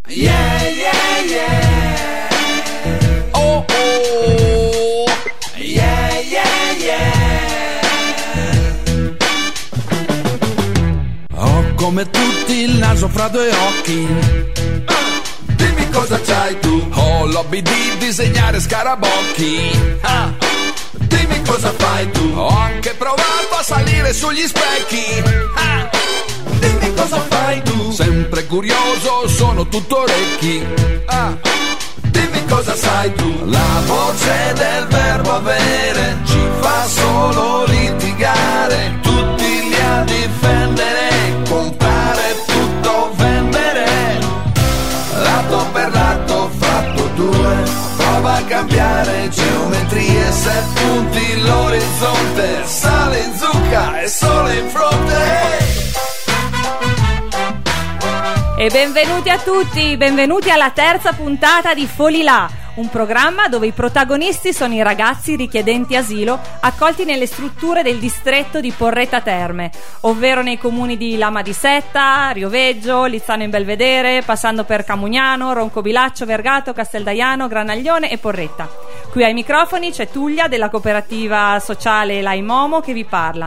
Yeah, yeah, yeah. Oh, oh. Yeah, yeah, yeah. Ho come tutti il naso fra due occhi. Dimmi cosa c'hai tu. Ho l'hobby di disegnare scarabocchi. Dimmi cosa fai tu. Ho anche provato a salire sugli specchi. Dimmi cosa fai tu. Sempre curioso, sono tutto orecchi. Dimmi cosa sai tu. La voce del verbo avere ci fa solo litigare. Tutti li a difendere, comprare tutto, vendere. Lato per lato, fatto due. Prova a cambiare geometrie, se punti l'orizzonte. Sale in zucca e sole in fronte. E benvenuti a tutti, benvenuti alla terza puntata di Folilà, un programma dove i protagonisti sono i ragazzi richiedenti asilo accolti nelle strutture del distretto di Porretta Terme, ovvero nei comuni di Lama di Setta, Rioveggio, Lizzano in Belvedere, passando per Camugnano, Roncobilaccio, Vergato, Casteldaiano, Granaglione e Porretta. Qui ai microfoni c'è Tullia della cooperativa sociale Laimomo che vi parla.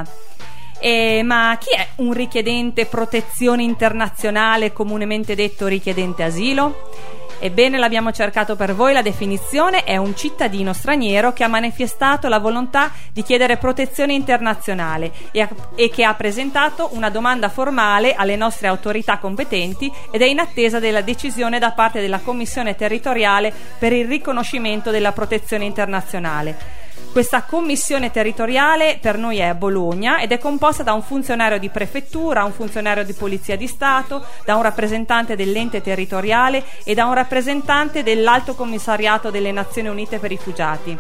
Ma chi è un richiedente protezione internazionale, comunemente detto richiedente asilo? Ebbene, l'abbiamo cercato per voi, la definizione è un cittadino straniero che ha manifestato la volontà di chiedere protezione internazionale e che ha presentato una domanda formale alle nostre autorità competenti ed è in attesa della decisione da parte della Commissione territoriale per il riconoscimento della protezione internazionale. Questa commissione territoriale per noi è a Bologna ed è composta da un funzionario di prefettura, un funzionario di polizia di Stato, da un rappresentante dell'ente territoriale e da un rappresentante dell'Alto Commissariato delle Nazioni Unite per i Rifugiati.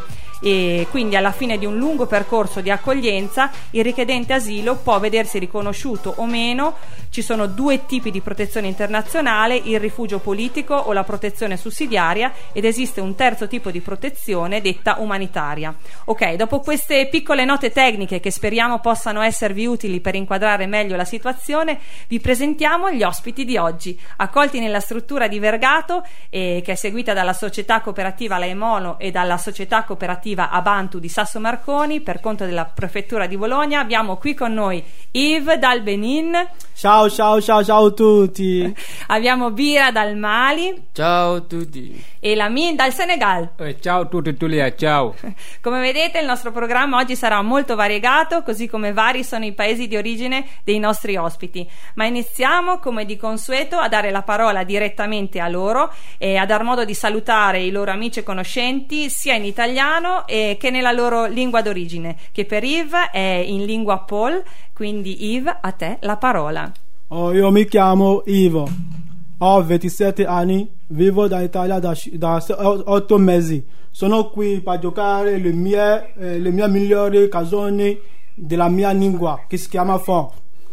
E quindi alla fine di un lungo percorso di accoglienza il richiedente asilo può vedersi riconosciuto o meno. Ci sono due tipi di protezione internazionale: il rifugio politico o la protezione sussidiaria, ed esiste un terzo tipo di protezione detta umanitaria. Ok, dopo queste piccole note tecniche che speriamo possano esservi utili per inquadrare meglio la situazione, vi presentiamo gli ospiti di oggi, accolti nella struttura di Vergato che è seguita dalla società cooperativa Laimono e dalla società cooperativa Abantu di Sasso Marconi per conto della prefettura di Bologna. Abbiamo qui con noi Yves dal Benin. Ciao a tutti. Abbiamo Bira dal Mali. Ciao a tutti. E Lamin dal Senegal. Ciao a tutti, Tulia, ciao. Come vedete, il nostro programma oggi sarà molto variegato, così come vari sono i paesi di origine dei nostri ospiti. Ma iniziamo, come di consueto, a dare la parola direttamente a loro e a dar modo di salutare i loro amici e conoscenti sia in italiano che nella loro lingua d'origine, che per Yves è in lingua Pol. Quindi Yves, a te la parola. Io mi chiamo Ivo, ho 27 anni, vivo in Italia da 8 mesi. Sono qui per giocare le mie migliori canzoni della mia lingua, che si chiama Fon.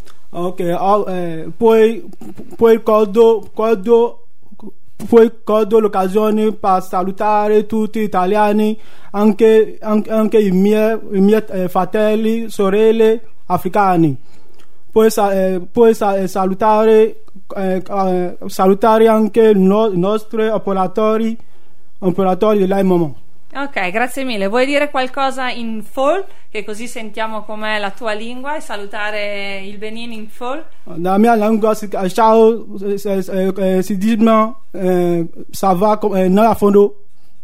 Poi colgo l'occasione per salutare tutti gli italiani, anche i miei fratelli, sorelle africani. Poi salutare anche i nostri operatori di Laimomo. Ok, grazie mille. Vuoi dire qualcosa in Fol, che così sentiamo com'è la tua lingua, e salutare il Benin in Fol? La mia lingua ciao si dice ça va noi a fondo.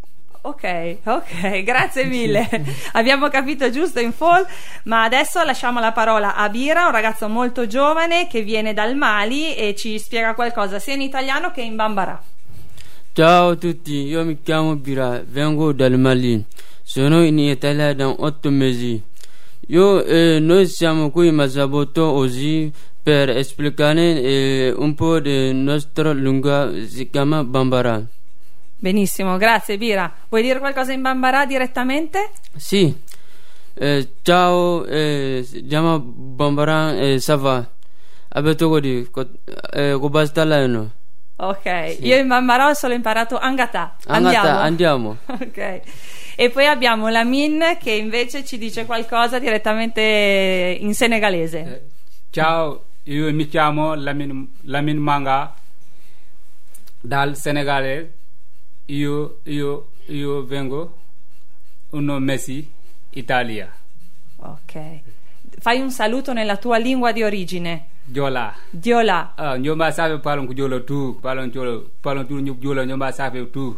Ok, grazie mille. Abbiamo capito giusto in Fol, ma adesso lasciamo la parola a Bira, un ragazzo molto giovane che viene dal Mali e ci spiega qualcosa sia in italiano che in Bambara. Ciao a tutti, io mi chiamo Bira, vengo dal Mali, sono in Italia da 8 mesi. Noi siamo qui a Masaboto oggi per spiegare un po' di nostra lingua, si chiama Bambara. Benissimo, grazie Bira. Vuoi dire qualcosa in Bambara direttamente? Sì, ciao, si chiama Bambara, ça va. Abito così, basta l'anno. Ok, sì. Io in Bambara ho solo imparato Angata. Andiamo. Ok. E poi abbiamo Lamin che invece ci dice qualcosa direttamente in senegalese. Ciao, io mi chiamo Lamin Manga. dal Senegal io vengo uno Messi Italia. Ok. Fai un saluto nella tua lingua di origine. Diola. Nyomba sabe parlon ku Diola tu, parlon tu Diola nyomba sabe tu.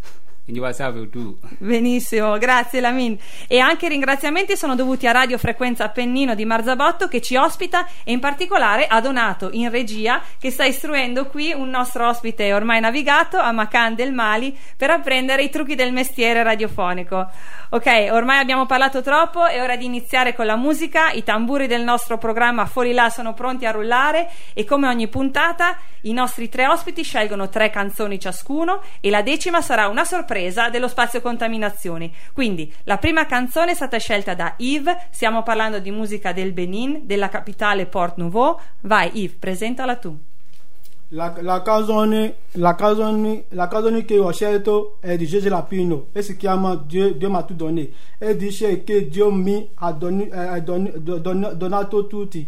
Benissimo, grazie Lamin. E anche ringraziamenti sono dovuti a Radio Frequenza Appennino di Marzabotto, che ci ospita, e in particolare a Donato in regia, che sta istruendo qui un nostro ospite ormai navigato, a Macan del Mali, per apprendere i trucchi del mestiere radiofonico. Ok, ormai abbiamo parlato troppo, è ora di iniziare con la musica. I tamburi del nostro programma Folilà sono pronti a rullare e, come ogni puntata, i nostri 3 ospiti scelgono 3 canzoni ciascuno e la 10ª sarà una sorpresa dello spazio contaminazioni. Quindi la prima canzone è stata scelta da Yves, stiamo parlando di musica del Benin, della capitale Port Nouveau. Vai Yves, presentala tu. La canzone che ho scelto è di Gigi Lapino e si chiama Dio m'a tout donné, e dice che Dio mi ha donato tutti,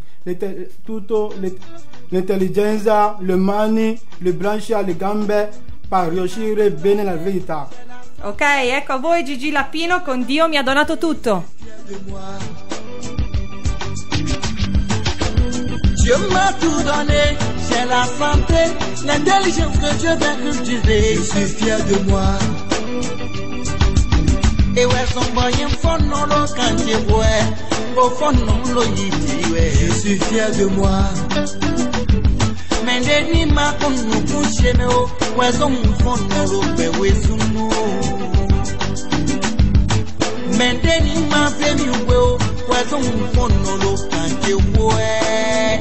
l'intelligenza, le mani, le braccia, le gambe, per riuscire bene la vita. Ok, ecco a voi Gigi Lapino con Dio mi ha donato tutto. Dieu m'a tout donné, j'ai la santé, l'intelligence que Dieu m'a cultivée. Je suis fier de moi. Et ouais, son moyen fond non lo cantier ouais, au fond non lo yiti ouais. Je suis fier de moi. Mais deni ma kon nous coucher mais oh, ouais son fond non lo bewe sumo. Mais deni ma femi ouais oh, ouais son fond non lo cantier ouais.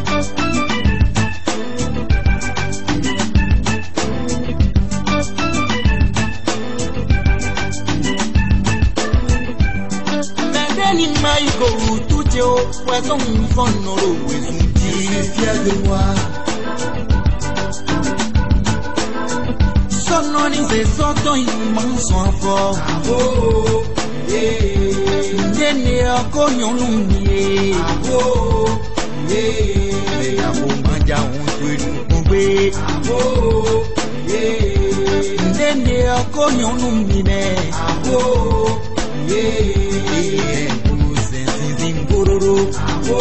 Ni maïko tout yo, ouais son fond no lo wezuti. Je suis fier de moi. Son nom c'est son ton immense fort. Oh, yeah. Nene akonyon lumie. Oh, yeah. Mais à vous manja on peut nous tomber. Oh, yeah. Nene akonyon lumine. Oh, yeah. Oh,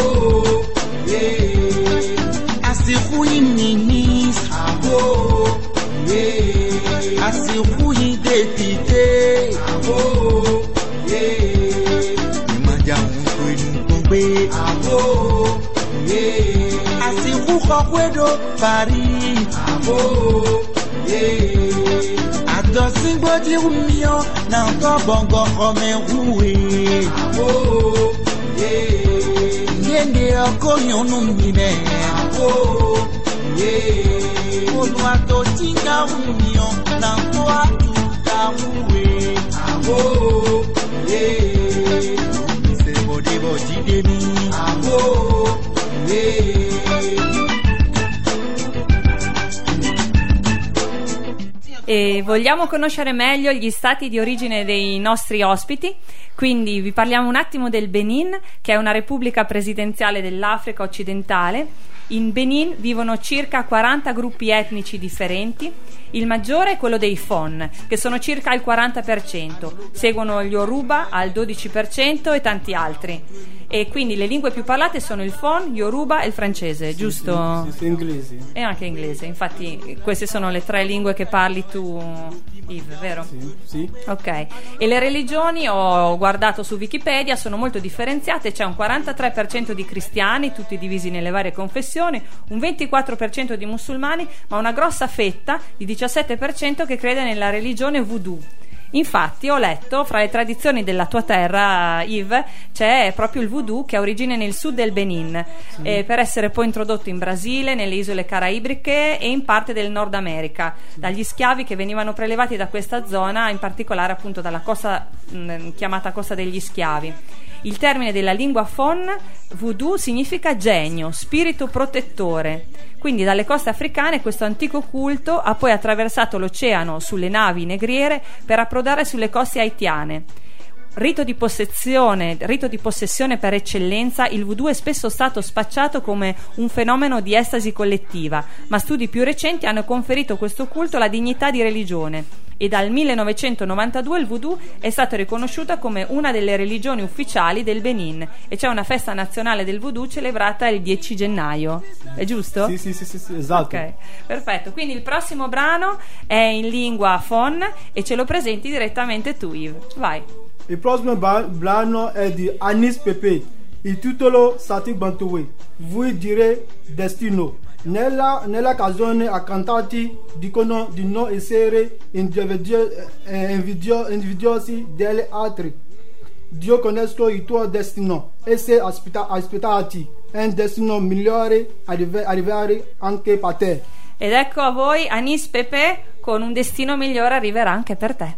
yeah. Asirui ministre. Oh, yeah. Asirui député. Oh, yeah. Imanja on peut nous tomber. Oh, yeah. Asirou Kokwedo Paris. Oh, yeah. Adosin body rumio na to bongo come roué. Oh, yeah. Yende akonyon numine. Oh, yeah. Ono ato tinga union na to atuta roué. Oh, yeah. Se body demi. Oh, yeah. E vogliamo conoscere meglio gli stati di origine dei nostri ospiti, quindi vi parliamo un attimo del Benin, che è una repubblica presidenziale dell'Africa occidentale. In Benin vivono circa 40 gruppi etnici differenti. Il maggiore è quello dei Fon, che sono circa il 40%, seguono gli Yoruba al 12% e tanti altri. E quindi le lingue più parlate sono il Fon, Yoruba e il francese, giusto? Sì, inglese. E anche inglese, infatti queste sono le 3 lingue che parli tu, Yves, vero? Sì. Ok, e le religioni, ho guardato su Wikipedia, sono molto differenziate. C'è un 43% di cristiani, tutti divisi nelle varie confessioni, un 24% di musulmani, ma una grossa fetta di 17% che crede nella religione voodoo. Infatti ho letto, fra le tradizioni della tua terra, Yves, c'è proprio il voodoo, che ha origine nel sud del Benin, per essere poi introdotto in Brasile, nelle isole caraibiche e in parte del Nord America, dagli schiavi che venivano prelevati da questa zona, in particolare appunto dalla costa chiamata Costa degli Schiavi. Il termine della lingua Fon, voodoo, significa genio, spirito protettore. Quindi dalle coste africane questo antico culto ha poi attraversato l'oceano sulle navi negriere per approdare sulle coste haitiane. rito di possessione per eccellenza, il voodoo è spesso stato spacciato come un fenomeno di estasi collettiva, ma studi più recenti hanno conferito questo culto la dignità di religione e dal 1992 il voodoo è stato riconosciuto come una delle religioni ufficiali del Benin e c'è una festa nazionale del voodoo celebrata il 10 gennaio. È giusto? Sì, esatto. Ok, perfetto. Quindi il prossimo brano è in lingua Fon e ce lo presenti direttamente tu, Yves. Vai. Il prossimo brano è di Anis Pepe. Il titolo Sati Bantuwe. Vuol dire destino. Nella canzone ha cantati dicono di non essere invidiosi degli altri. Dio conosce il tuo destino e se aspettati un destino migliore arrivare anche per te. Ed ecco a voi Anis Pepe con un destino migliore arriverà anche per te.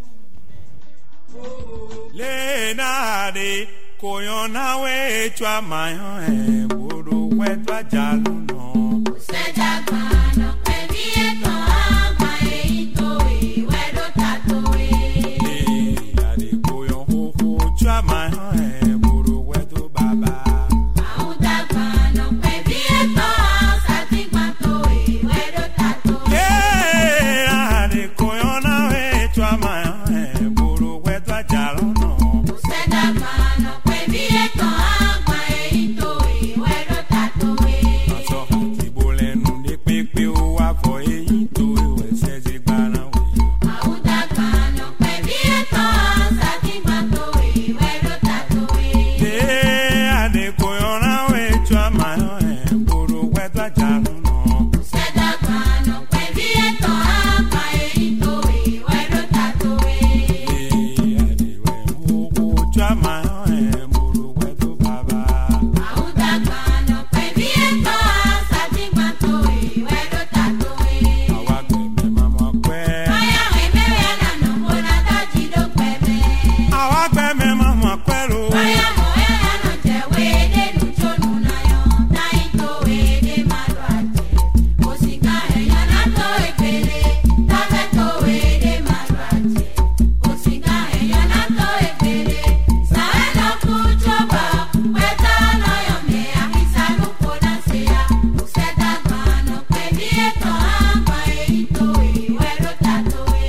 Lenade koyona we chwa mayo bodo we twa jaluno sejagano pebieto ama eito we do tatoe ade koyon ho chwa mayo bodo we to baba audagano pebieto sati kwanto we do tatoe ade koyona we chwa mayo bodo we twa jaluno sejagano pebieto ama eito we do tatoe aso hati bolenu de pepe o afo eito we sejagana we audagano pebieto sati kwanto we do tatoe ade koyona we chwa mayo bodo we twa jaluno sejagano pebieto ama eito we do tatoe ade we mo chwa mayo bodo we to baba audagano pebieto sati kwanto we do tatoe awa gbeme mama kwe aya we me na no bona ta jido kweme awa gbeme mama kwe lo aya mo ya no je we de nu chonu na yo tai to we de marwaje osika eya na to ekele ta fe to we de marwaje osika eya na to ekele sa no kuchoba we ta no yo me akisa no kona sea useda mano pebieto ama eito we do tatoe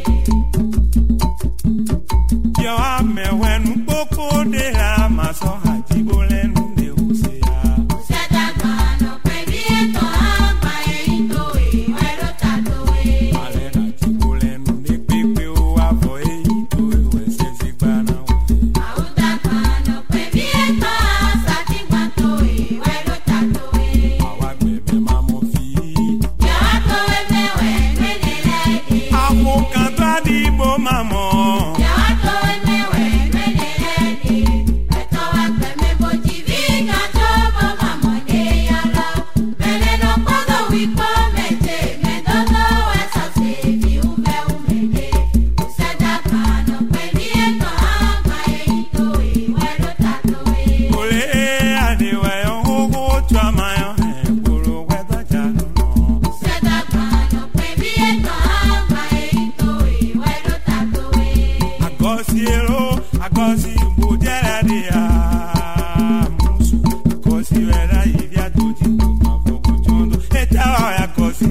yo ame wenu poko de ama so hati bolenu de usea useda mano pebieto ama eito we do tatoe ale hati bolenu de pepe o afo eito we sejigana audagano pebieto sati kwanto we do tatoe awa gbeme mamo fi yo ato we me we menele amo kanto adibo mamo yo ato we me we menele eto wa gbeme boji vi kanto bo mamo de yalo meneno kodo wi po meje medodo we so se vi umbe useda kano pebieto ama eito we do tatoe ole ade we ho chwa mayo bolo we to jaluno useda kano pebieto ama eito we do tatoe agosi bojera de musu agosi wera ivia toji ko ma fo bojondo eta agosi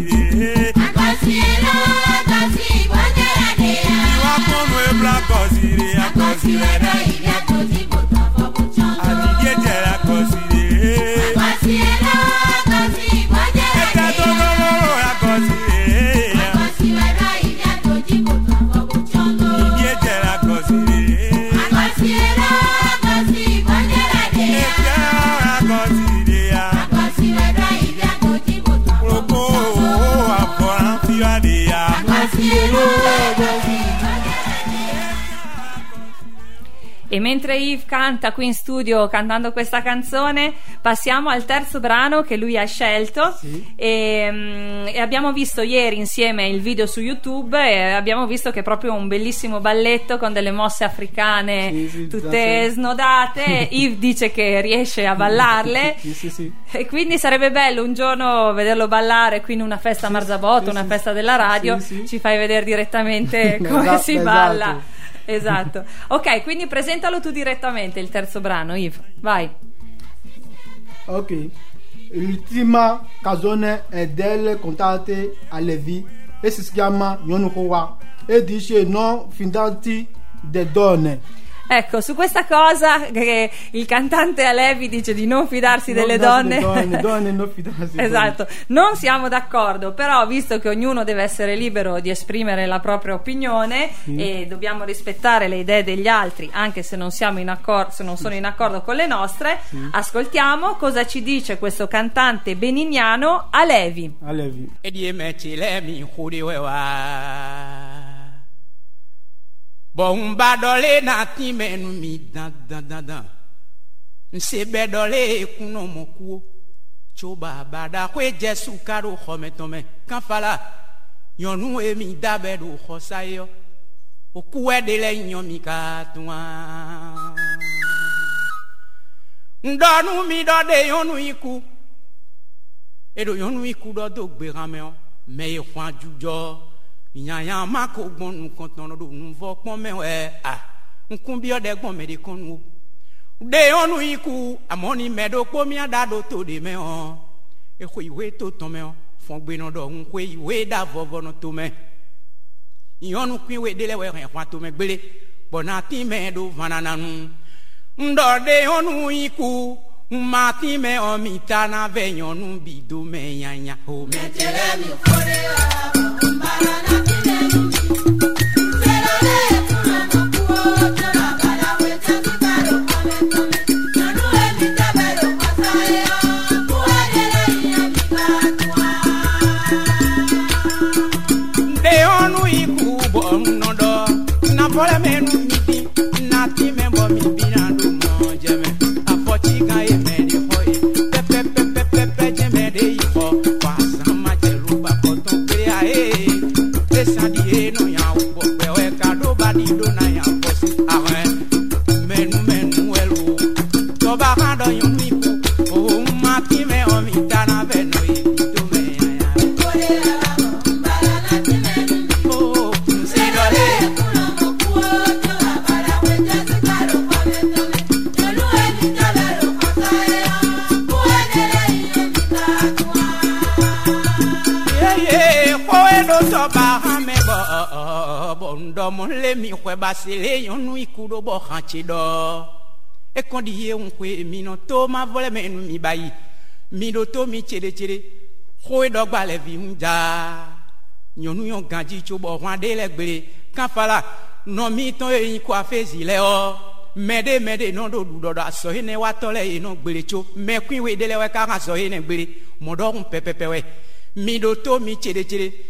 bojera de wa kono e black agosi wera ivia toji ko ma fo bojondo adige jera agosi bojera eta dono agosi wera ivia toji ko ma fo bojondo adige jera agosi bojera de agosi wera ivia toji ko ma fo E mentre Yves canta qui in studio cantando questa canzone, passiamo al terzo brano che lui ha scelto. Sì. E abbiamo visto ieri insieme il video su YouTube e abbiamo visto che è proprio un bellissimo balletto con delle mosse africane tutte snodate. Yves dice che riesce a ballarle. Sì. E quindi sarebbe bello un giorno vederlo ballare qui in una festa a Marzabotto, una festa della radio. Ci fai vedere direttamente come si balla. Esatto. Ok, quindi presentalo tu direttamente il terzo brano, Yves. Vai. Ok. L'ultima canzone è del cantante Alevi e si chiama Yonukowa e dice non fidarti delle donne. Ecco, su questa cosa che il cantante Alevi dice di non fidarsi delle donne, non fidarsi. Esatto, non siamo d'accordo, però visto che ognuno deve essere libero di esprimere la propria opinione e dobbiamo rispettare le idee degli altri, anche se non siamo in accordo, se non sono in accordo con le nostre, ascoltiamo cosa ci dice questo cantante beniniano Alevi. Bon ba dole na ti menu mi da nse be dole kuno mokuo choba bada kwe jesu karo khometome kanfala yonu e mi da be do khosayo okuwe de le nyomi ka twa ndonu mi do de yonu iku edo yonu iku do gberameo me khwa jujo Nyanya mako gbonu kontono do nvo pon mewe nkun bi ode gbon me de konu de onu iku amoni medo po mi adado to de me o e ko iwe to ton me o fon gbe no do un ko iwe da vovo no to me yonu kwin we de le we ran to me gbele bona ti me do vanana nu ndo de onu iku ma ti me o mi ta na ve yonu bi do me nyanya o me tere mi kore o Vola menu miti na ti membo mi binando mo jeme afochi ga e me de hoy pepe jeme de ifo kwa sama jelu ba koton pe ae esa di no ya bo pe o ka do ba di do na ya fosi awe menu elu to ba ha do yon mi ku o ma ti me o mi tana be no i do me ya mon le mi kwe basile yonu ikudo bo khanchi do e kondi ye un kwe mi no to ma vole menu mi bayi mi do to mi chere kwe do gba le vi unja yonu yon ganji cho bo hwande le gbere kan fala no mi ton e kwa fezi le o mede no do do aso ne wa to le no gbere cho me kwin we de le we ka aso ne gbere mo do un pepepe we mi do to mi chere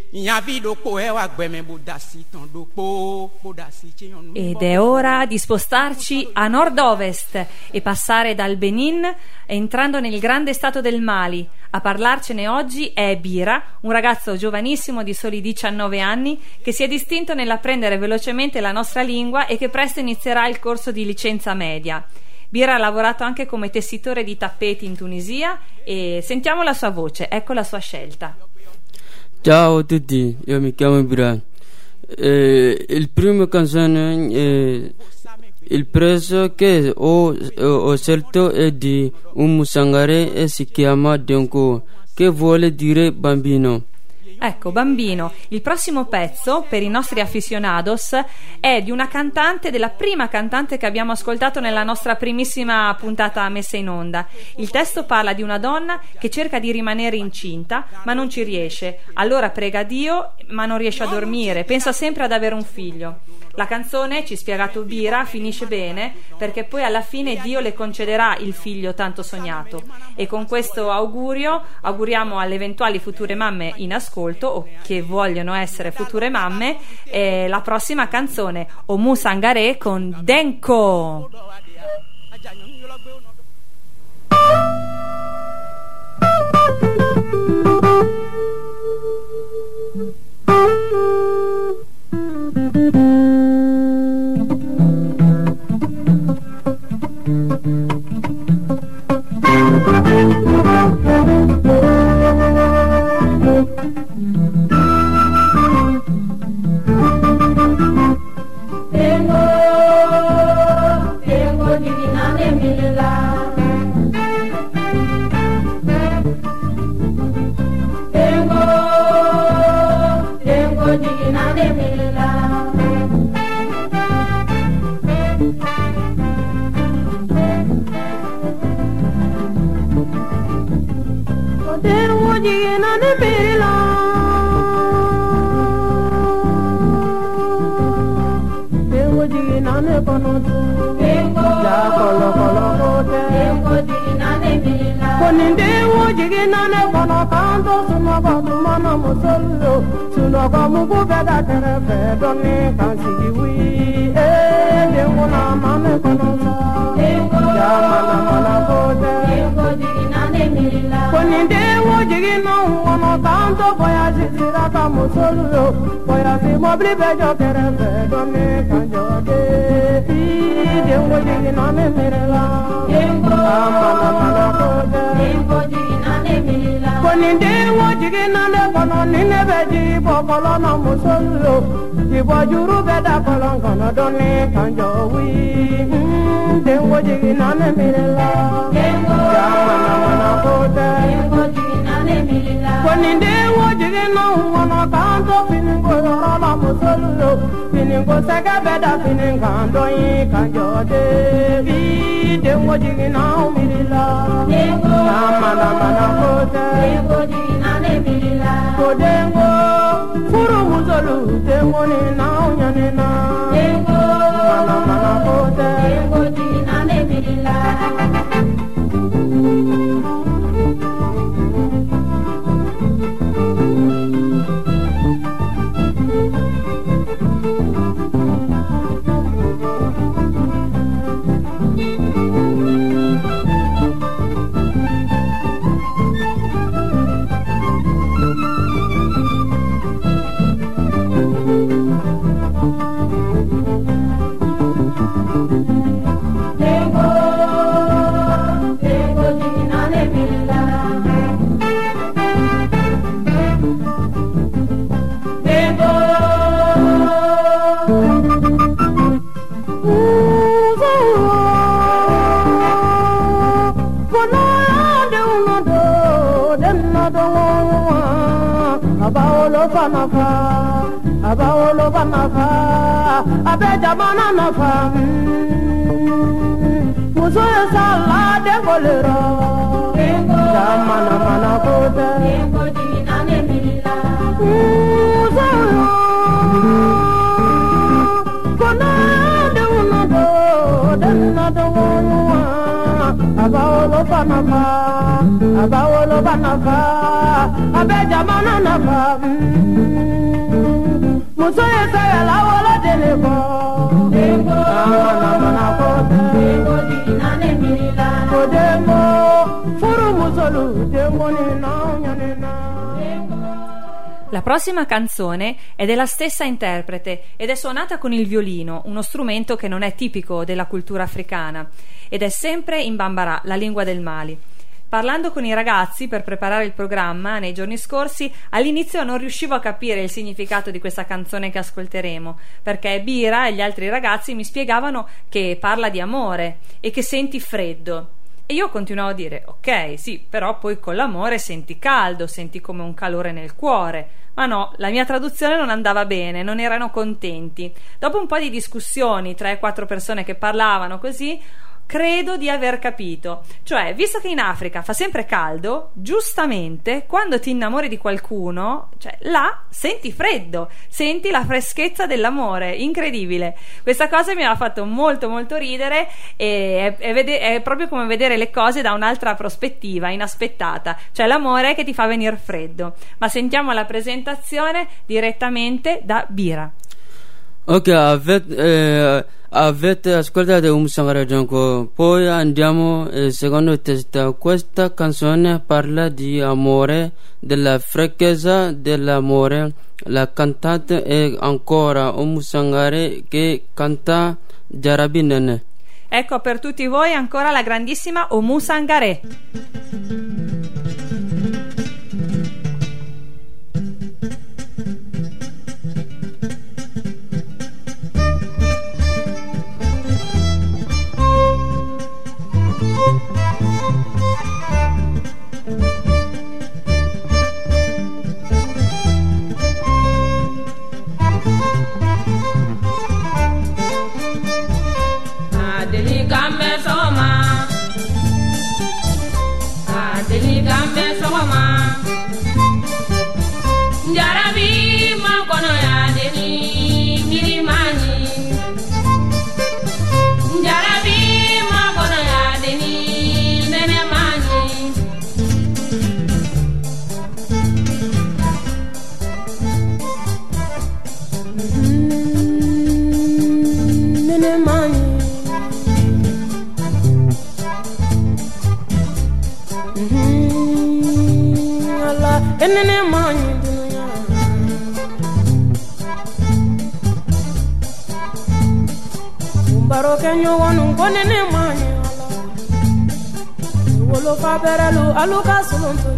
Ed è ora di spostarci a nord-ovest e passare dal Benin, entrando nel grande stato del Mali. A parlarcene oggi è Bira, un ragazzo giovanissimo di soli 19 anni che si è distinto nell'apprendere velocemente la nostra lingua e che presto inizierà il corso di licenza media. Bira ha lavorato anche come tessitore di tappeti in Tunisia e sentiamo la sua voce, ecco la sua scelta. Ciao a tutti, io mi chiamo Bira. Il primo canzone, il prezzo che ho scelto è di un musangare e si chiama Denko, che vuole dire bambino. Ecco, bambino. Il prossimo pezzo, per i nostri aficionados, è di una cantante, della prima cantante che abbiamo ascoltato nella nostra primissima puntata messa in onda. Il testo parla di una donna che cerca di rimanere incinta, ma non ci riesce. Allora prega Dio, ma non riesce a dormire. Pensa sempre ad avere un figlio. La canzone, ci ha spiegato Bira, finisce bene perché poi alla fine Dio le concederà il figlio tanto sognato. E con questo augurio auguriamo alle eventuali future mamme in ascolto o che vogliono essere future mamme la prossima canzone, Omu Sangare con Denko. Tengo La prossima canzone è della stessa interprete ed è suonata con il violino, uno strumento che non è tipico della cultura africana, ed è sempre in Bambara, la lingua del Mali. Parlando con i ragazzi per preparare il programma nei giorni scorsi, all'inizio non riuscivo a capire il significato di questa canzone che ascolteremo, perché Bira e gli altri ragazzi mi spiegavano che parla di amore e che senti freddo. E io continuavo a dire, ok, sì, però poi con l'amore senti caldo, senti come un calore nel cuore. Ma no, la mia traduzione non andava bene, non erano contenti. Dopo un po' di discussioni, 3-4 persone che parlavano così, credo di aver capito. Cioè, visto che in Africa fa sempre caldo, giustamente quando ti innamori di qualcuno, cioè là senti freddo, senti la freschezza dell'amore, incredibile. Questa cosa mi ha fatto molto molto ridere e è proprio come vedere le cose da un'altra prospettiva, inaspettata, cioè l'amore che ti fa venire freddo. Ma sentiamo la presentazione direttamente da Bira. Ok, avete ascoltato un Sangare Gianco, poi andiamo al secondo testo. Questa canzone parla di amore, della freschezza dell'amore. La cantante è ancora un Sangare che canta Jarabi Nene. Ecco per tutti voi ancora la grandissima Oumou Sangaré. baro ke ɲɔgɔn ko ne ma ɲɛ ala wolofa bɛrɛlu alu ka solon to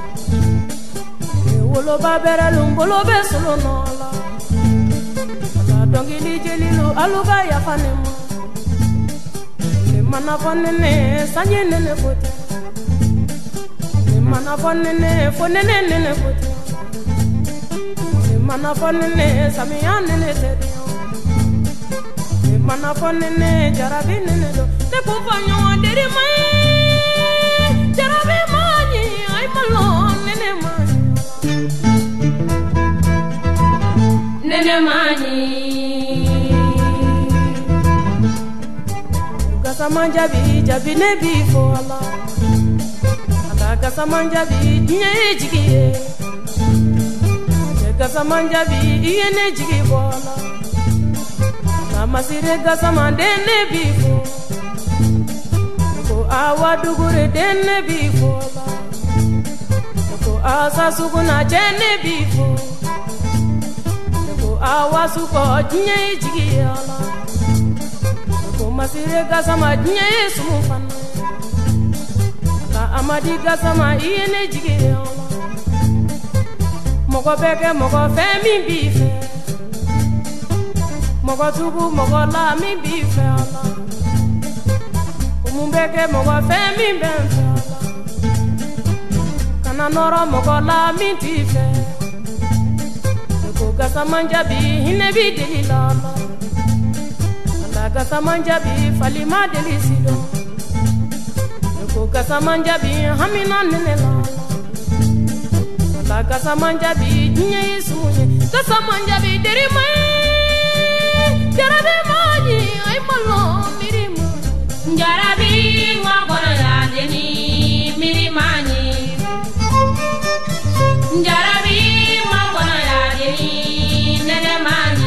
ɲɛ woloba bɛrɛlu bolo bɛ solon nɔ la ala dɔnkili jelilu alu ka yafa ne ma ne mana fɔ nene sanji nene ko tɛ ne mana fɔ nene fo nene nene ko tɛ ne mana fɔ nene samiya nene tɛ mana fɔ nene jarabi nene do ne ko fɔ ɲɔgɔn deri ma ye jarabi ma ɲi ay malo nene ma nene ma ɲi gasama jabi jabi ne bi fɔ ala ala gasama jabi diɲɛ ye jigi ye gasama jabi i ye ne jigi fɔ ala masire gasama denne bi fo ko awa dugure denne bi fo ko asa suguna jenne bi fo ko awa suko jinye jigi ala ko masire gasama jinye sumu fan ka amadi gasama yene jigi ala moko beke moko femi bi fe mɔgɔ tugu mɔgɔ la min b'i fɛ a la mun bɛ kɛ mɔgɔ fɛn min bɛ n fɛ a la kana nɔrɔ mɔgɔ la min t'i fɛ ko gasamanjabi hinɛ b'i deli la ala gasamanjabi fali ma deli si dɔn ko gasamanjabi hamina nene la ala gasamanjabi diɲɛ ye sumu ye gasamanjabi deri ma ye jarabi maji ay malo miri mo jarabi ngakona ya deni miri mani jarabi ngakona ya deni nene mani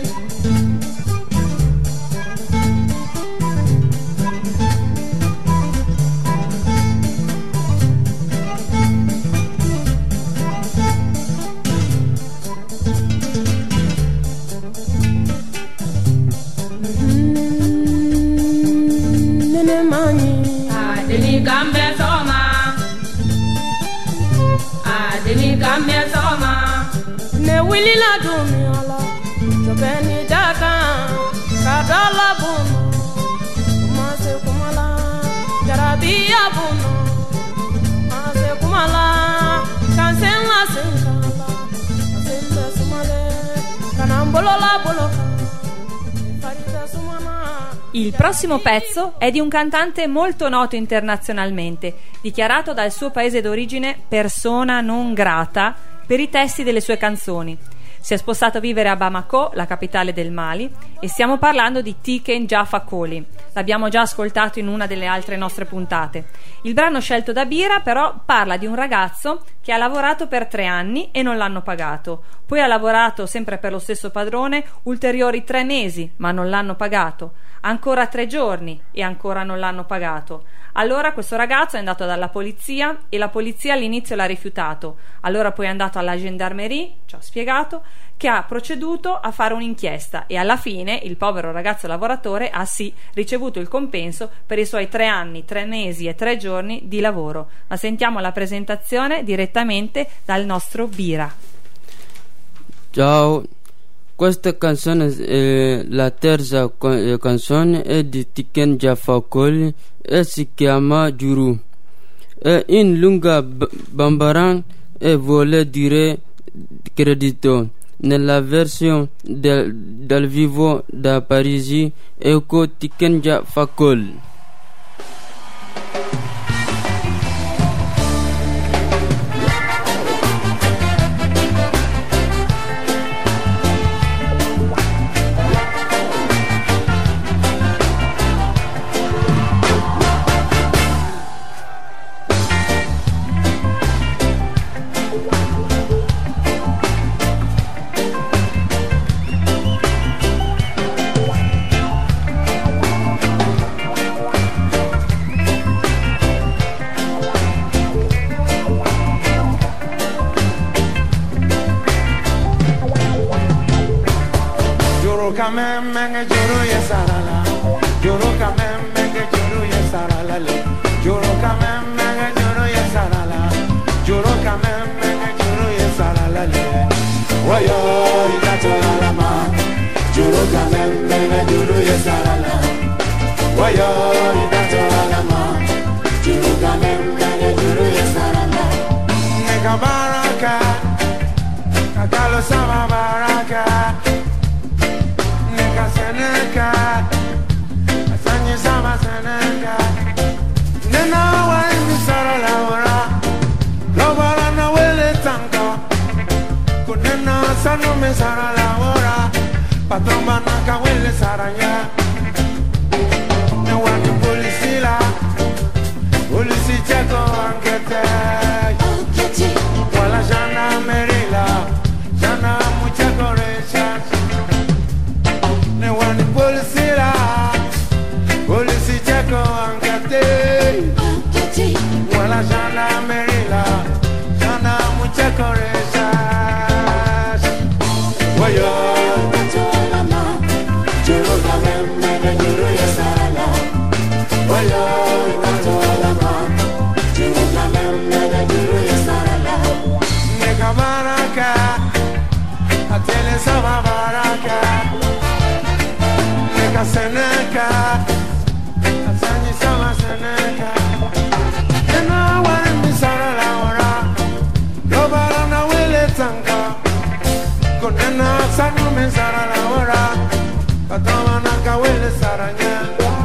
Kambe soma ne wili la dumi ala jobeni daka kadala bunu mase kumala jarabi abuno mase kumala kansenla senkala senla sumale kanambolola boloka farida sumana. Il prossimo pezzo è di un cantante molto noto internazionalmente, dichiarato dal suo paese d'origine persona non grata per i testi delle sue canzoni. Si è spostato a vivere a Bamako, la capitale del Mali, e stiamo parlando di Tiken Jah Fakoly. L'abbiamo già ascoltato in una delle altre nostre puntate. Il brano scelto da Bira però parla di un ragazzo che ha lavorato per 3 anni e non l'hanno pagato. Poi ha lavorato sempre per lo stesso padrone ulteriori 3 mesi, ma non l'hanno pagato. Ancora 3 giorni e ancora non l'hanno pagato. Allora questo ragazzo è andato dalla polizia e la polizia all'inizio l'ha rifiutato. Allora poi è andato alla gendarmerie, ci ha spiegato, che ha proceduto a fare un'inchiesta e alla fine il povero ragazzo lavoratore ha sì ricevuto il compenso per i suoi 3 anni, 3 mesi e 3 giorni di lavoro. Ma sentiamo la presentazione direttamente dal nostro Bira. Ciao. Questa canzone è la terza canzone è di Tiken Jah Fakoly e si chiama Juru. È in lingua bambara e vuole dire credito. Nella versione dal vivo da Parigi ecco Tiken Jah Fakoly. Kame menge juru ye sarala Juro kameme ke juro ye saralale. Juro kameme ke juro ye sarala. Juro kameme ke juro ye saralale. Wayo itato alama. Juro kameme ke juro ye sarala. Wayo itato alama. Juro kameme ke juro ye sarala. Neka baraka. Kakalo sama baraka. Neka seneka. Asanyi sama seneka. Nena wa imi sara la ora. Lobara na wele tanka. Kunena sanu me sara la ora. Patromba na ka wele saranya. Ne wa ni polisila. Polisi cheko ankete. Wala jana merila. Jana mucha koresha. Ne wa ni polisila. Polisi cheko ankete. Wala jana merila. Jana mucha koresha. Wayo. Juro kameme ke juro ye sarala. Wayo. Juro kameme ke juro ye sarala. Neka baraka. Atele sama baraka. Neka seneka. Asanyi sama seneka. Ena wani sara la ora. Lobara na wele tanka. Konena sanu me sara la ora. Patama na ka wele saranya.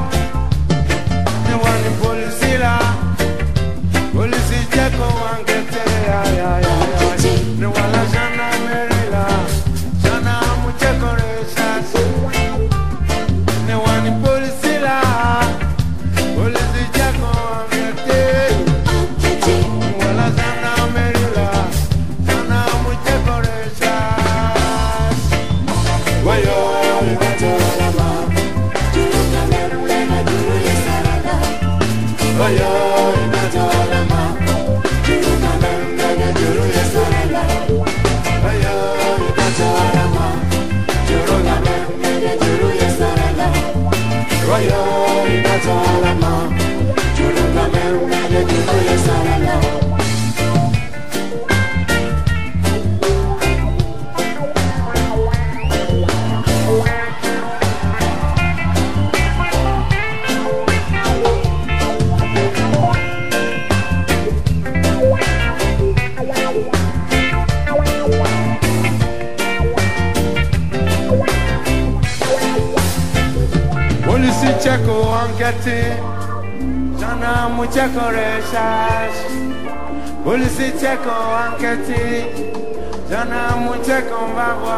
Ne wani polisila. Polisi cheko ankete. Ne wala jana merila. Jana muche koresha. Ne wani polisila. Polisi cheko ankete. Wala jana merila. Jana muche koresha. Wayo. Wayo. Polisi cheko ankete. Jana mucha koresha. Polisi cheko ankete. Jana mucha kombagwa.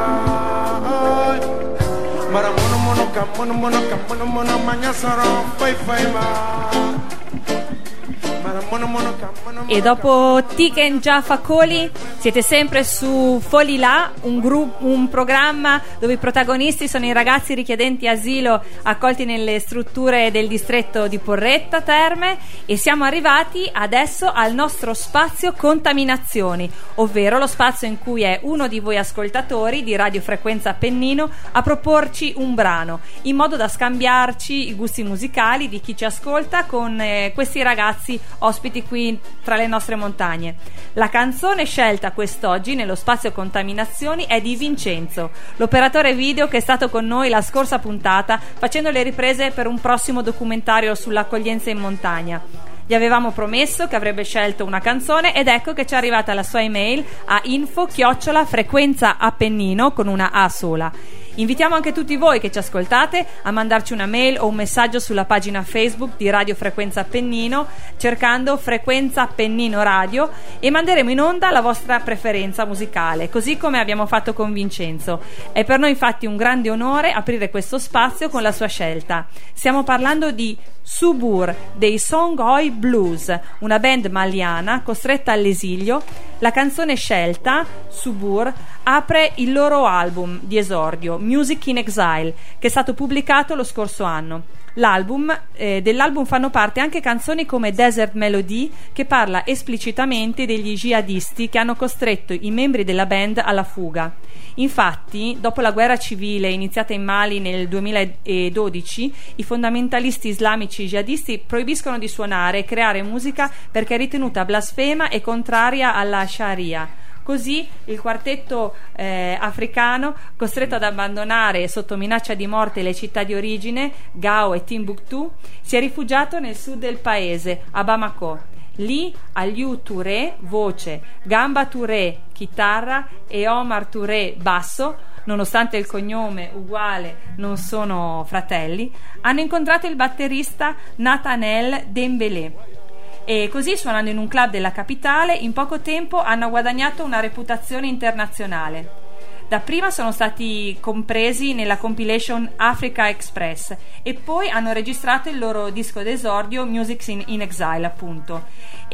Mara mono mono kam mono mono kam mono mono manya saro fai fai ma. Mara mono mono kam mono mono. E dopo Tiken Jaffa Coli siete sempre su Folila, un programma dove i protagonisti sono i ragazzi richiedenti asilo accolti nelle strutture del distretto di Porretta Terme, e siamo arrivati adesso al nostro spazio contaminazioni, ovvero lo spazio in cui è uno di voi ascoltatori di Radio Frequenza Appennino a proporci un brano, in modo da scambiarci i gusti musicali di chi ci ascolta con questi ragazzi ospiti qui tra le nostre montagne. La canzone scelta quest'oggi nello spazio contaminazioni è di Vincenzo, l'operatore video che è stato con noi la scorsa puntata facendo le riprese per un prossimo documentario sull'accoglienza in montagna. Gli avevamo promesso che avrebbe scelto una canzone ed ecco che ci è arrivata la sua email a info@frequenzaappennino con una A sola. Invitiamo anche tutti voi che ci ascoltate a mandarci una mail o un messaggio sulla pagina Facebook di Radio Frequenza Appennino cercando Frequenza Appennino Radio, e manderemo in onda la vostra preferenza musicale, così come abbiamo fatto con Vincenzo. È per noi infatti un grande onore aprire questo spazio con la sua scelta. Stiamo parlando di Subur dei Songhai Blues, una band maliana costretta all'esilio. La canzone scelta, Subur, apre il loro album di esordio Music in Exile, che è stato pubblicato lo scorso anno. Dell'album fanno parte anche canzoni come Desert Melody, che parla esplicitamente degli jihadisti che hanno costretto i membri della band alla fuga. Infatti, dopo la guerra civile iniziata in Mali nel 2012, i fondamentalisti islamici jihadisti proibiscono di suonare e creare musica perché è ritenuta blasfema e contraria alla Sharia. Così il quartetto africano, costretto ad abbandonare sotto minaccia di morte le città di origine, Gao e Timbuktu, si è rifugiato nel sud del paese, a Bamako. Lì Aliou Touré, voce, Gamba Touré, chitarra e Omar Touré, basso, nonostante il cognome uguale non sono fratelli, hanno incontrato il batterista Nathanael Dembélé. E così, suonando in un club della capitale, in poco tempo hanno guadagnato una reputazione internazionale. Dapprima sono stati compresi nella compilation Africa Express e poi hanno registrato il loro disco d'esordio Music in Exile, appunto.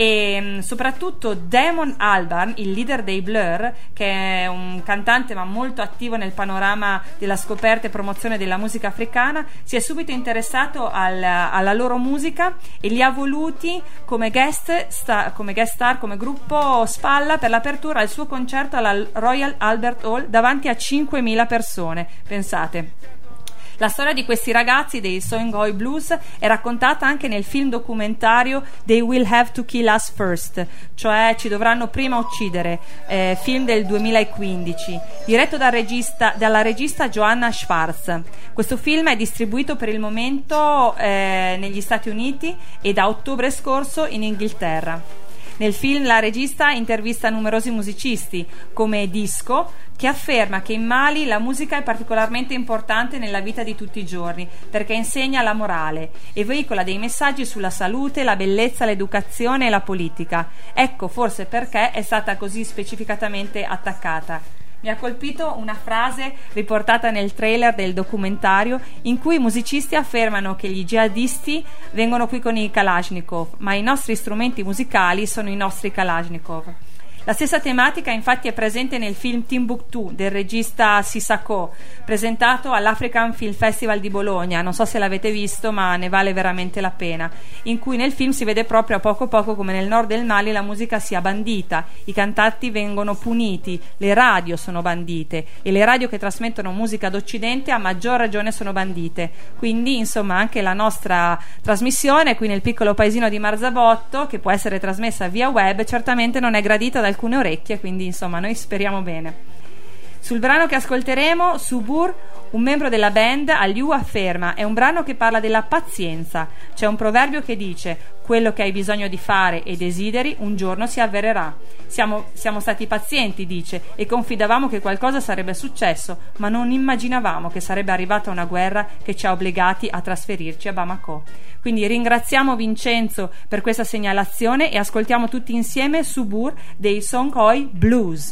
E soprattutto Damon Albarn, il leader dei Blur, che è un cantante ma molto attivo nel panorama della scoperta e promozione della musica africana, si è subito interessato alla loro musica e li ha voluti come guest star, come gruppo spalla per l'apertura al suo concerto alla Royal Albert Hall davanti a 5.000 persone, pensate. La storia di questi ragazzi dei Songhai Blues è raccontata anche nel film documentario They Will Have to Kill Us First, cioè Ci dovranno prima uccidere, film del 2015, diretto dalla regista Joanna Schwartz. Questo film è distribuito per il momento negli Stati Uniti e da ottobre scorso in Inghilterra. Nel film la regista intervista numerosi musicisti, come Disco, che afferma che in Mali la musica è particolarmente importante nella vita di tutti i giorni, perché insegna la morale e veicola dei messaggi sulla salute, la bellezza, l'educazione e la politica. Ecco forse perché è stata così specificatamente attaccata. Mi ha colpito una frase riportata nel trailer del documentario in cui i musicisti affermano che gli jihadisti vengono qui con i Kalashnikov, ma i nostri strumenti musicali sono i nostri Kalashnikov. La stessa tematica infatti è presente nel film Timbuktu del regista Sissako, presentato all'African Film Festival di Bologna. Non so se l'avete visto, ma ne vale veramente la pena, in cui nel film si vede proprio a poco come nel nord del Mali la musica sia bandita, i cantanti vengono puniti, le radio sono bandite e le radio che trasmettono musica d'Occidente a maggior ragione sono bandite. Quindi insomma anche la nostra trasmissione qui nel piccolo paesino di Marzabotto, che può essere trasmessa via web, certamente non è gradita da alcune orecchie, quindi insomma noi speriamo bene. Sul brano che ascolteremo, Subur, un membro della band, Aliou afferma: è un brano che parla della pazienza. C'è un proverbio che dice: quello che hai bisogno di fare e desideri un giorno si avvererà. Siamo stati pazienti, dice, e confidavamo che qualcosa sarebbe successo, ma non immaginavamo che sarebbe arrivata una guerra che ci ha obbligati a trasferirci a Bamako. Quindi ringraziamo Vincenzo per questa segnalazione e ascoltiamo tutti insieme Subur dei Songhai Blues.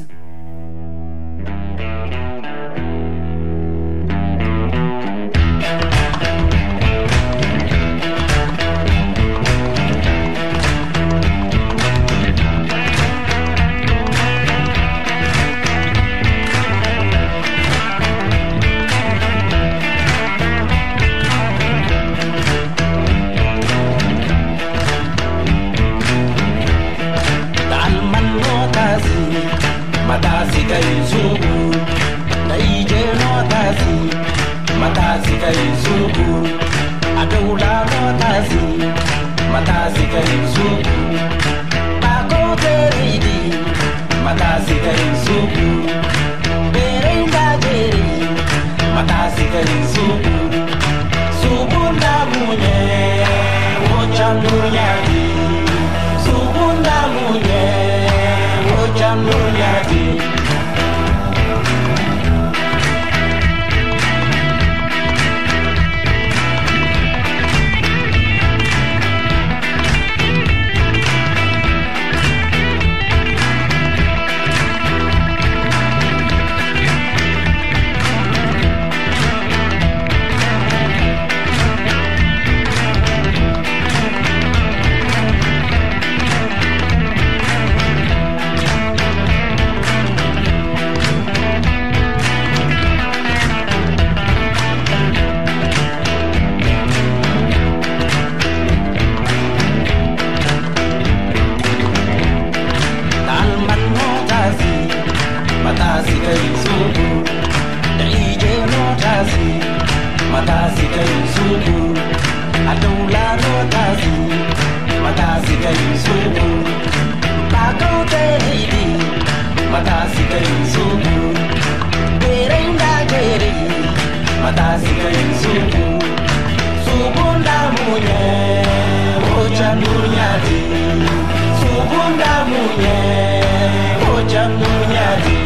matasi kain suku subunda munye ocha nunyati subunda munye ocha nunyati.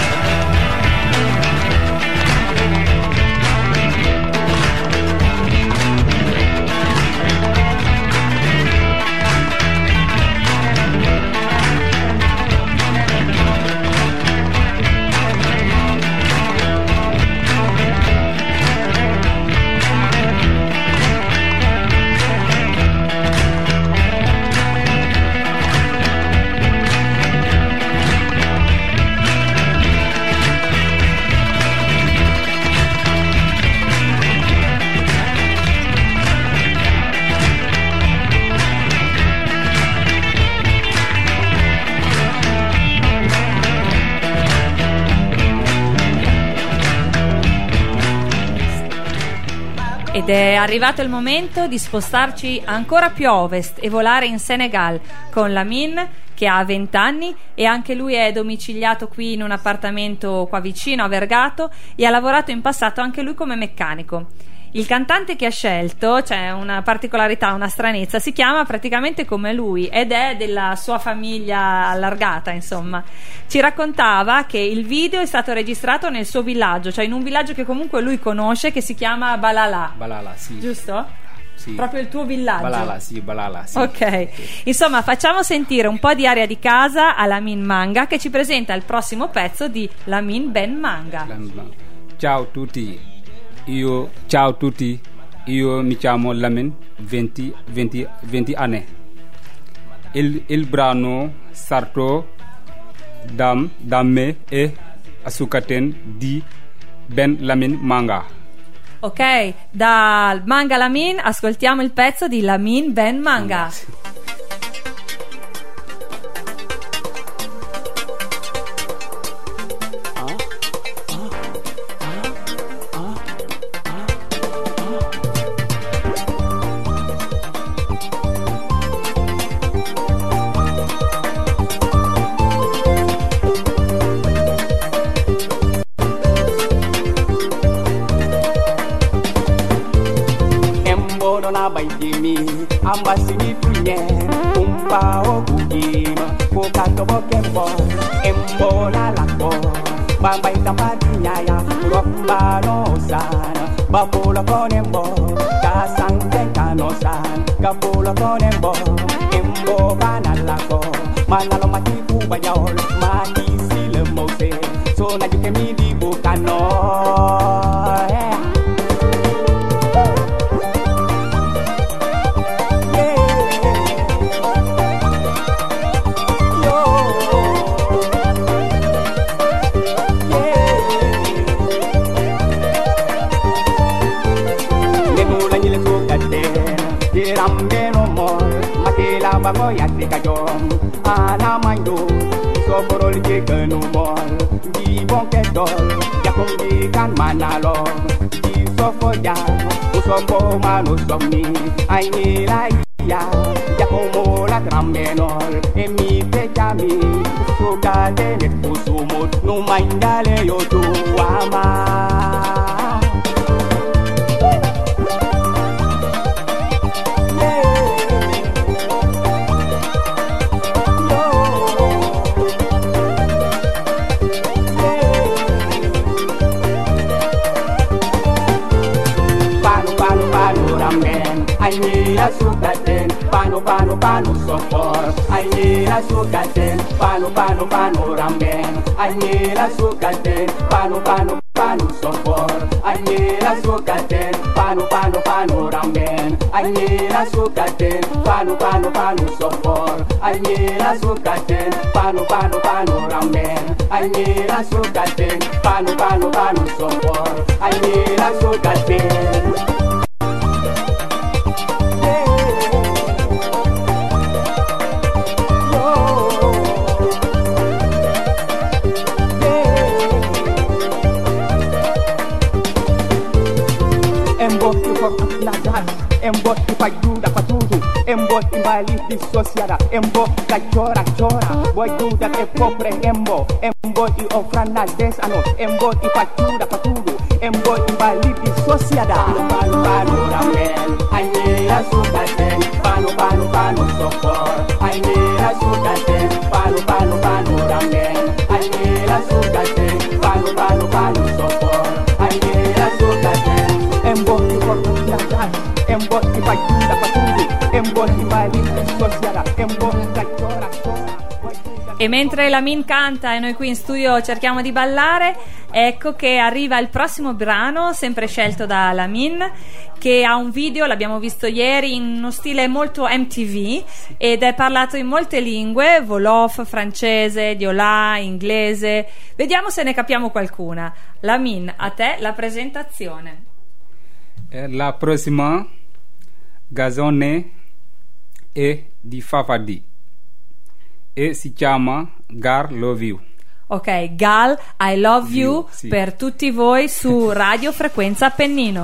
Ed è arrivato il momento di spostarci ancora più a ovest e volare in Senegal con Lamine, che ha 20 anni e anche lui è domiciliato qui in un appartamento qua vicino a Vergato e ha lavorato in passato anche lui come meccanico. Il cantante che ha scelto, c'è una particolarità, una stranezza, si chiama praticamente come lui ed è della sua famiglia allargata, insomma. Ci raccontava che il video è stato registrato nel suo villaggio, cioè in un villaggio che comunque lui conosce, che si chiama Balala. Balala, sì. Giusto? Sì. Proprio il tuo villaggio. Balala, sì. Ok, insomma facciamo sentire un po' di aria di casa a Lamine Manga, che ci presenta il prossimo pezzo di Lamine Ben Manga. Ciao tutti, io mi chiamo Lamine, 20 anni. Il brano sarto da me e Asukaten di Ben Lamine Manga. Ok, dal Manga Lamine ascoltiamo il pezzo di Lamine Ben Manga. Ambasini punye umpa okugima kokato bokembo embola lako bamba itapatinya ya ropa no sana bapola konembo kasante kanosan kapola konembo embo bana lako manalo matiku bayol mati sile mose so na jikemi di bukano Bago yati kajom ana mando so borol je kanu mol di bonketol yakum di kan manalo di so foja so bo manu somni ai ni la ya yakum la trambenol e mi te chami so gade ne kusumut no mandale yo tu ama. Aini sukaten panu sopor aini sukaten panu ramben aini sukaten panu sopor aini sukaten panu ramben aini sukaten panu sopor aini sukaten panu ramben aini sukaten panu sopor aini sukaten. Embo ipajuda patudu embo imbali disociada embo kachora boy duda ke popre embo i ofrana desano embo ipajuda patudu embo imbali sociedad. Pano pano ramen, ay nera sukaten. Pano pano pano sokor, ay nera sukaten. Pano pano pano ramen, ay nera sukaten. Pano pano pano sokor, ay nera sukaten. Embo ti porto tiatai, embo ti pagunda patundi, embo ti mali sociedad, embo ti tora. E mentre Lamin canta e noi qui in studio cerchiamo di ballare, ecco che arriva il prossimo brano, sempre scelto da Lamin, che ha un video, l'abbiamo visto ieri, in uno stile molto MTV ed è parlato in molte lingue, Wolof, francese, Diola, inglese. Vediamo se ne capiamo qualcuna. Lamin, a te la presentazione. La prossima canzone è di Fafadi e si chiama Gal Love You. Ok, Gal, I Love You, sì. Per tutti voi su Radio Frequenza Appennino.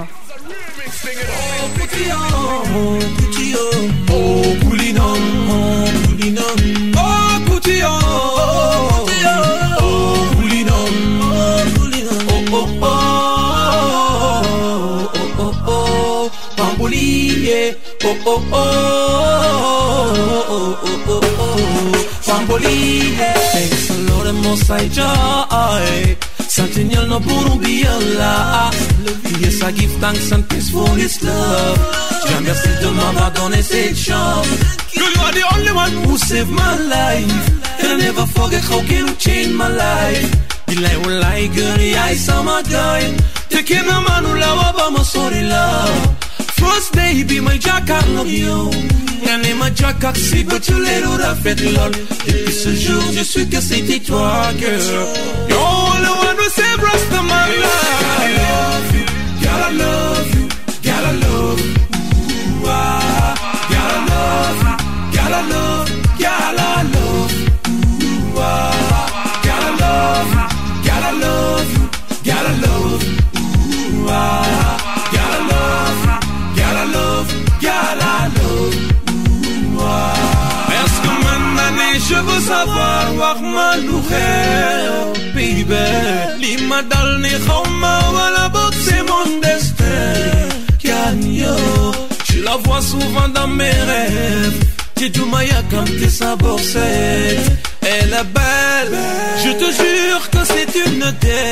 Pensa mo sai joy Something no puro be Allah. Yes, I give thanks and peace for His love. Jah merci de m'avoir donné cette chance. Girl, you are the only one who saved my life, and I never forget how can you change my life. You like girl, I saw my guy. Taking my man who love my sorry love. First baby, my Jack, I love you. Rien n'est ma Jack, si but tu l'es la fête lol. Depuis ce jour, je suis que c'était toi, girl. You're all the one who saved Rastaman life. Gotta love you, gotta love you, gotta love you. Ooh, ah. Gotta love you, gotta love, gotta love. Ooh, ah. Gotta love you, gotta love you, gotta love. Ooh, ah. Gotta love you, gotta love, gotta love. Ooh, ah. Est-ce que maintenant je veux savoir wax ma lu xew, baby. Li ma dal ni xawma wala boog c'est mon destin. Canyo, je la vois souvent dans mes rêves. J'ai du maya comme tes saborsettes. Elle est belle, je te jure que c'est une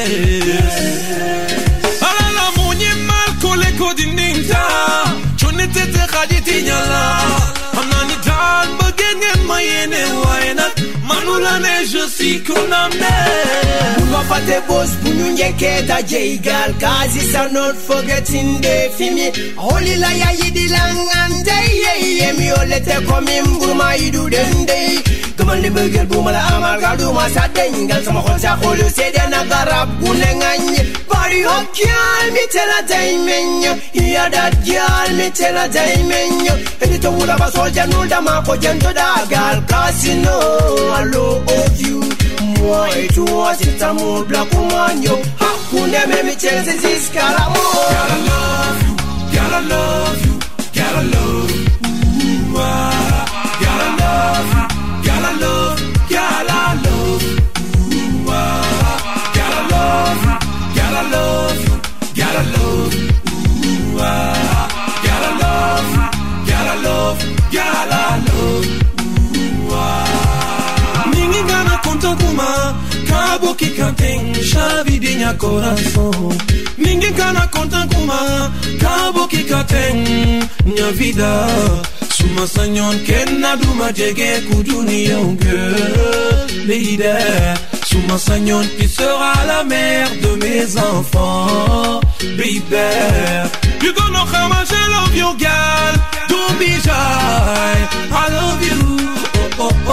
déesse. Alala mwenye mal kole kodininta, chonete te khaditi nyala. Anani dan bagengen mayene waina, manula ne je suis kunamne. Uwa fate boss bununye keda jeigal, kazi sa not forgetting the fimi. Holy la ya yidi langande ye mi olete komim gurma yidu dende. Kaman li begel bumala amal gadu masa dengal sama khol sa kholu sedena garab gunenganye. Body hot girl, me tell a diamond. Hear that girl, me tell a diamond. Anything would have a soldier, no da mako jento da girl. Cause you know I love you. Moi it was it a mood black woman yo. Hakune me me tell this girl more. Gotta love you, gotta love you, gotta love. Ooh, ah. Gotta love you, gotta love, gotta love. Ooh, ah. Gotta love you, gotta love you, gotta love. Ooh, ah. Gotta love you, gotta love, gotta love. Ooh, ah. Ninguém gana conta kuma, cabo que cantem, chave de minha coração. Ninguém gana conta kuma, cabo que cantem, minha vida. Suma sanyon kenna duma jege kudunia girl, lady. Suma sanyon qui sera la mère de mes enfants, baby. You don't know how much I love you, girl. Don't be shy, I love you. Oh oh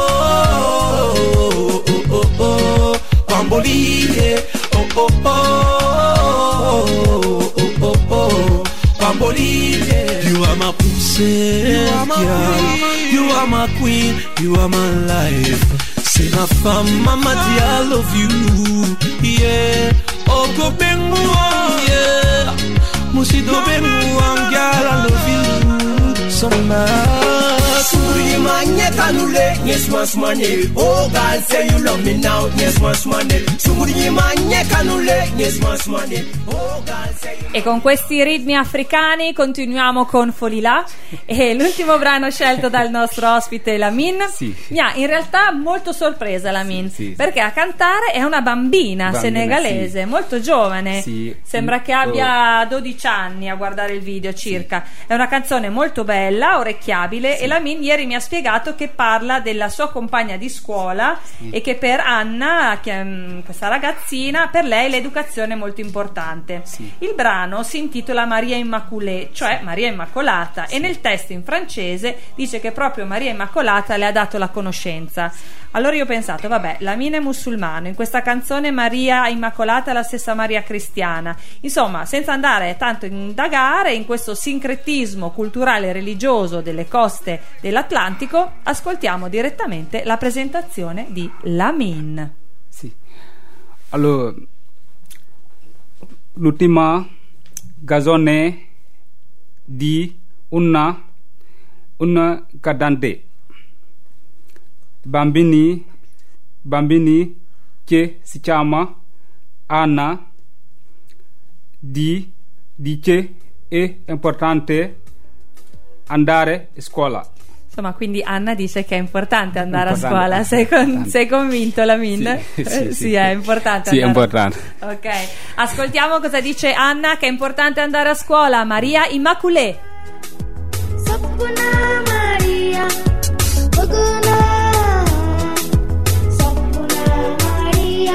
oh oh oh oh oh. Bambolie. Oh oh oh oh oh oh. Bambolie. You are my princess, you are my queen, you are my life. C'est ma femme, mama dit I love you, yeah. Oh go bengu, yeah. Musido bengu, girl I love you so much. Suri manyeta kanule nyesmas money. Oh God, say you love me now, nyesmas money. Sumuri manye kanule nyesmas money. Oh God, say you. E con questi ritmi africani continuiamo con Folilà e l'ultimo brano scelto dal nostro ospite Lamin mi ha in realtà molto sorpresa Lamin, perché a cantare è una bambina senegalese, molto giovane, sembra che abbia 12 anni a guardare il video circa. È una canzone molto bella, orecchiabile, e Lamin ieri mi ha spiegato che parla della sua compagna di scuola e che per Anna, questa ragazzina, per lei l'educazione è molto importante. Il brano si intitola Maria Immaculée, cioè Maria Immacolata, e nel testo in francese dice che proprio Maria Immacolata le ha dato la conoscenza. Allora io ho pensato, vabbè, Lamin è musulmano, in questa canzone Maria Immacolata è la stessa Maria cristiana. Insomma, senza andare tanto a indagare in questo sincretismo culturale e religioso delle coste dell'Atlantico, ascoltiamo direttamente la presentazione di Lamin. Sì. Allora, l'ultima canzone di una cantante bambini che si chiama Anna, dice è importante andare a scuola. Insomma, quindi Anna dice che è importante andare a scuola. Sei convinto, Lamin? Sì, è importante. Sì, è importante. Ok, ascoltiamo cosa dice Anna, che è importante andare a scuola. Maria Immaculée. Sapuna Maria, Boguna, Sapuna Maria.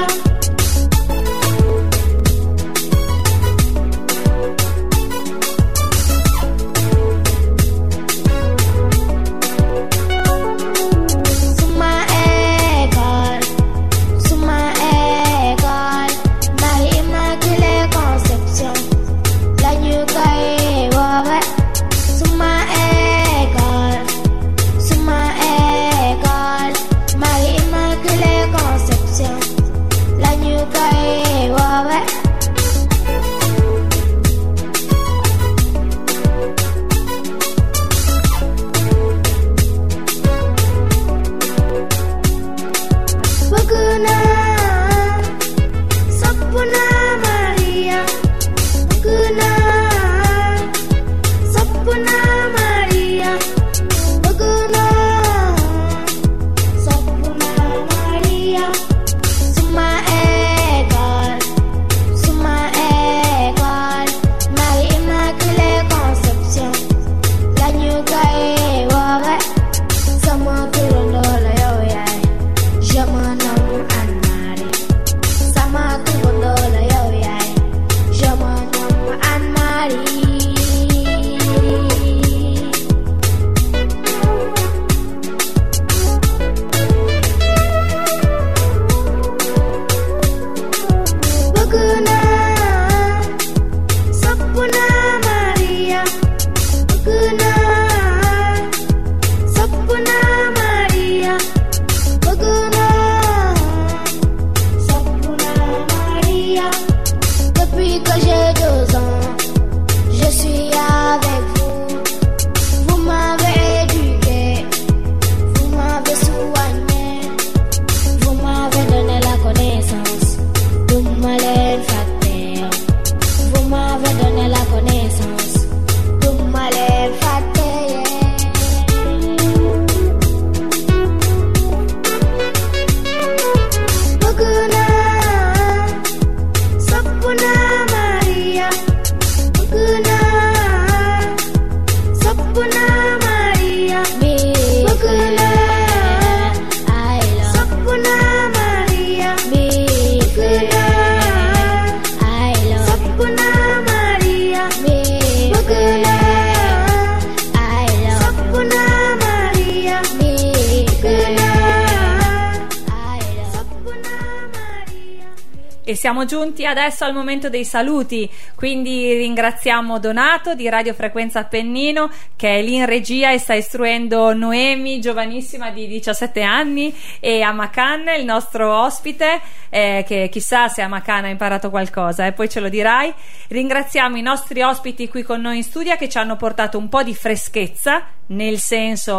E siamo giunti adesso al momento dei saluti, quindi ringraziamo Donato di Radio Frequenza Appennino, che è lì in regia e sta istruendo Noemi, giovanissima di 17 anni, e Amakan, il nostro ospite, che chissà se Amakan ha imparato qualcosa, poi ce lo dirai. Ringraziamo i nostri ospiti qui con noi in studio che ci hanno portato un po' di freschezza, nel senso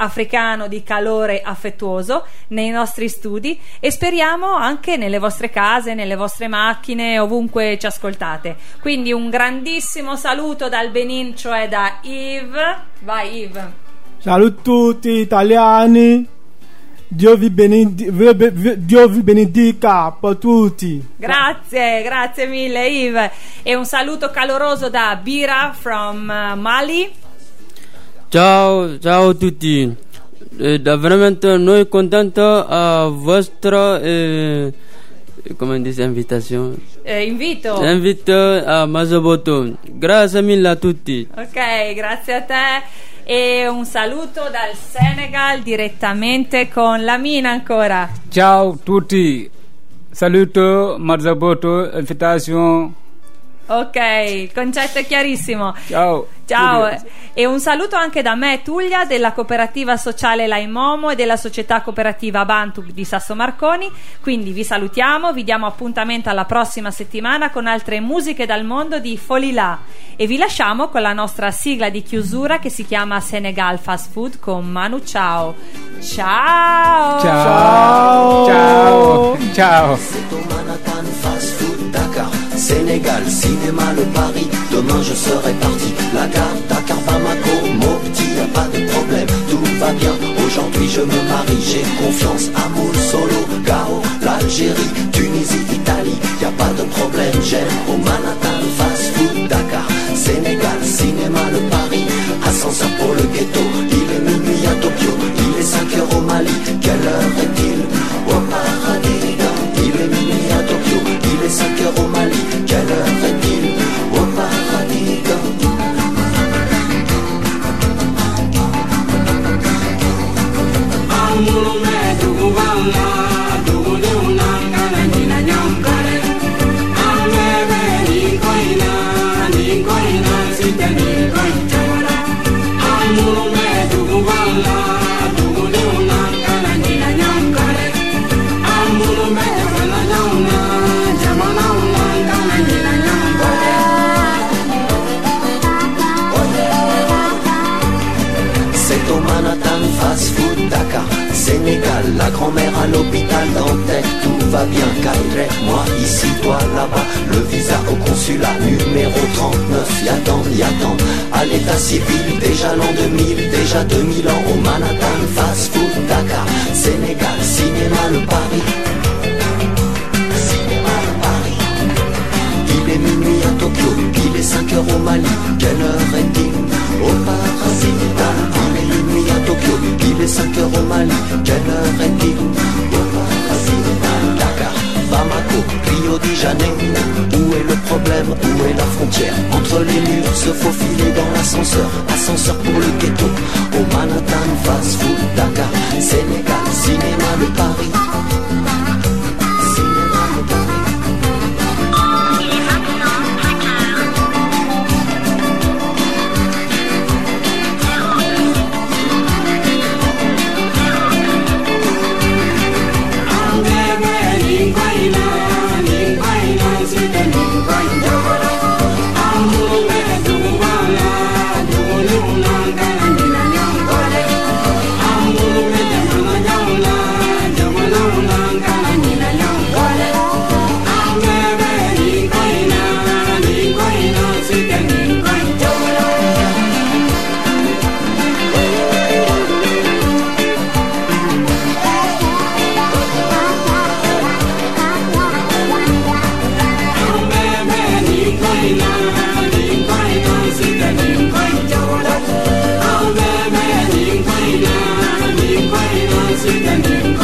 africano di calore affettuoso nei nostri studi e speriamo anche nelle vostre case, nelle vostre macchine, ovunque ci ascoltate. Quindi un grandissimo saluto dal Benin, cioè da Yves. Vai Yves. Saluto tutti italiani. Dio vi benedica per tutti. Grazie mille Yves. E un saluto caloroso da Bira from Mali. Ciao a tutti. Veramente noi contenti a vostra come dice invito a Masaboto. Grazie mille a tutti. Ok, grazie a te. E un saluto dal Senegal direttamente con Lamina ancora. Ciao a tutti, saluto Marzaboto, invitation. Ok, il concetto è chiarissimo. Ciao. E un saluto anche da me, Tullia, della cooperativa sociale Laimomo e della società cooperativa Bantu di Sasso Marconi. Quindi vi salutiamo, vi diamo appuntamento alla prossima settimana con altre musiche dal mondo di Folilà e vi lasciamo con la nostra sigla di chiusura che si chiama Senegal Fast Food con Manu Chao. Ciao. Sénégal, cinéma, le Paris, demain je serai parti. La gare, Dakar, Bamako, Mopti, y a pas de problème, tout va bien. Aujourd'hui je me marie, j'ai confiance, amour, solo, Gao, l'Algérie, Tunisie, Italie, y a pas de problème, j'aime au Manhattan, fast food, Dakar, Sénégal, cinéma, le Paris, ascenseur pour le ghetto, il est minuit à Tokyo, il est 5 heures au Mali, quelle heure est-il au paradis? Il est minuit à Tokyo, il est 5 heures au Mali, quelle heure est-il au paradis? Fast food, Dakar, Sénégal, la grand-mère à l'hôpital Dantec, tout va bien, Caire, moi ici, toi là-bas, le visa au consulat, numéro 39, y'attend, à l'état civil, déjà l'an 2000, déjà 2000 ans, au Manhattan, fast food, Dakar, Sénégal, cinéma, le Paris, il est minuit à Tokyo, il est 5 heures au Mali, quelle heure est-il au paradis? Il est minuit à Tokyo, il est 5 heures au Mali, quelle heure est-il au paradis? Dakar, Bamako, Rio de Janeiro, où est le problème, où est la frontière? Entre les murs, se faufiler dans l'ascenseur, ascenseur pour le ghetto, au Manhattan, fast food, Dakar, Sénégal, cinéma, le Paris. Sitting